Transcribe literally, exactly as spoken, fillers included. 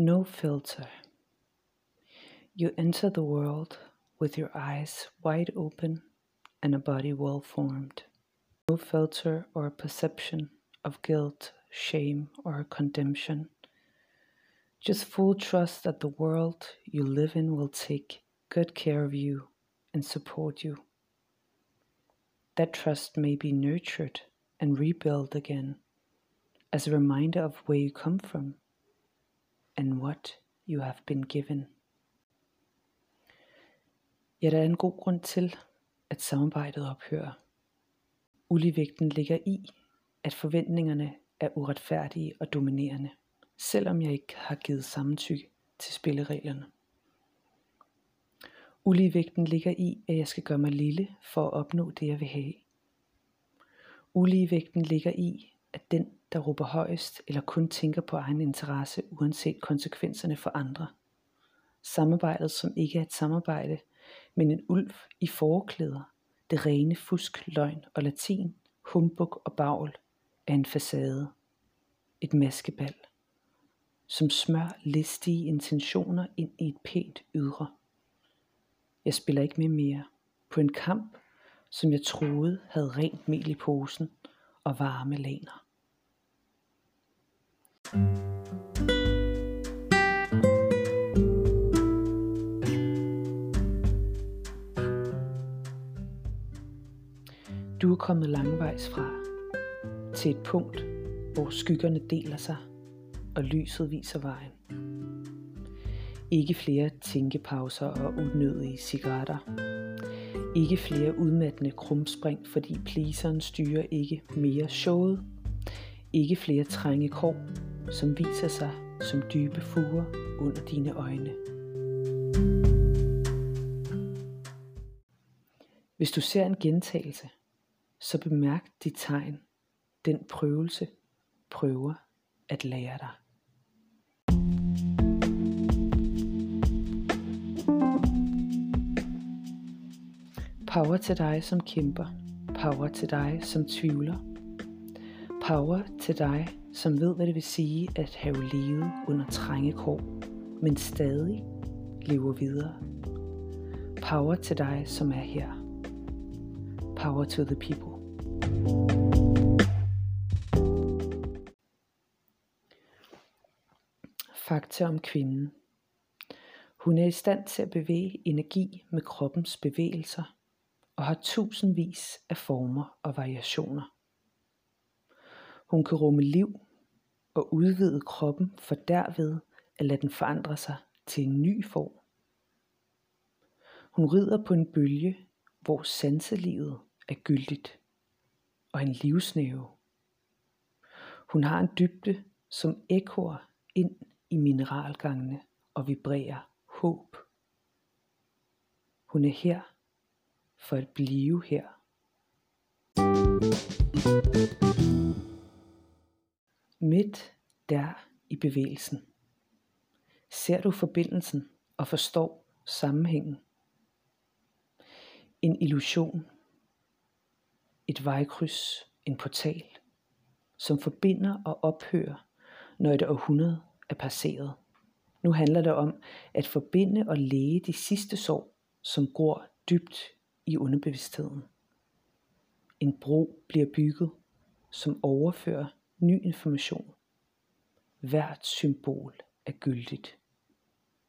No filter. You enter the world with your eyes wide open and a body well formed. No filter or perception of guilt, shame, or condemnation. Just full trust that the world you live in will take good care of you and support you. That trust may be nurtured and rebuilt again as a reminder of where you come from and what you have been given. Ja, der er en god grund til, at samarbejdet ophører. Uligevægten ligger i, at forventningerne er uretfærdige og dominerende, selvom jeg ikke har givet samtykke til spillereglerne. Uligevægten ligger i, at jeg skal gøre mig lille for at opnå det, jeg vil have. Uligevægten ligger i, at den, der råber højest eller kun tænker på egen interesse, uanset konsekvenserne for andre. Samarbejdet, som ikke er et samarbejde, men en ulv i forklæder, det rene fusk, løgn og latin, humbug og bagl, er en facade, et maskebal, som smør listige intentioner ind i et pænt ydre. Jeg spiller ikke med mere på en kamp, som jeg troede havde rent mel i posen og varme laner. Du er kommet langvejs fra til et punkt, hvor skyggerne deler sig og lyset viser vejen. Ikke flere tænkepauser og unødige cigaretter. Ikke flere udmattende krumspring, fordi pleaseren styrer ikke mere showet. Ikke flere trænge kår, som viser sig som dybe fuger under dine øjne. Hvis du ser en gentagelse, så bemærk de tegn, den prøvelse prøver at lære dig. Power til dig, som kæmper. Power til dig, som tvivler. Power til dig, som ved, hvad det vil sige at have levet under trænge kår, men stadig lever videre. Power til dig, som er her. Power to the people. Fakta om kvinden. Hun er i stand til at bevæge energi med kroppens bevægelser og har tusindvis af former og variationer. Hun kan rumme liv og udvide kroppen for derved at lade den forandre sig til en ny form. Hun rider på en bølge, hvor sanselivet er gyldigt og en livsnerve. Hun har en dybde, som ekkoer ind i mineralgangene og vibrerer håb. Hun er her for at blive her. Midt der i bevægelsen ser du forbindelsen og forstår sammenhængen. En illusion, et vejkryds, en portal, som forbinder og ophører, når et århundrede er passeret. Nu handler det om at forbinde og læge de sidste sår, som gror dybt i underbevidstheden. En bro bliver bygget, som overfører ny information. Hvert symbol er gyldigt.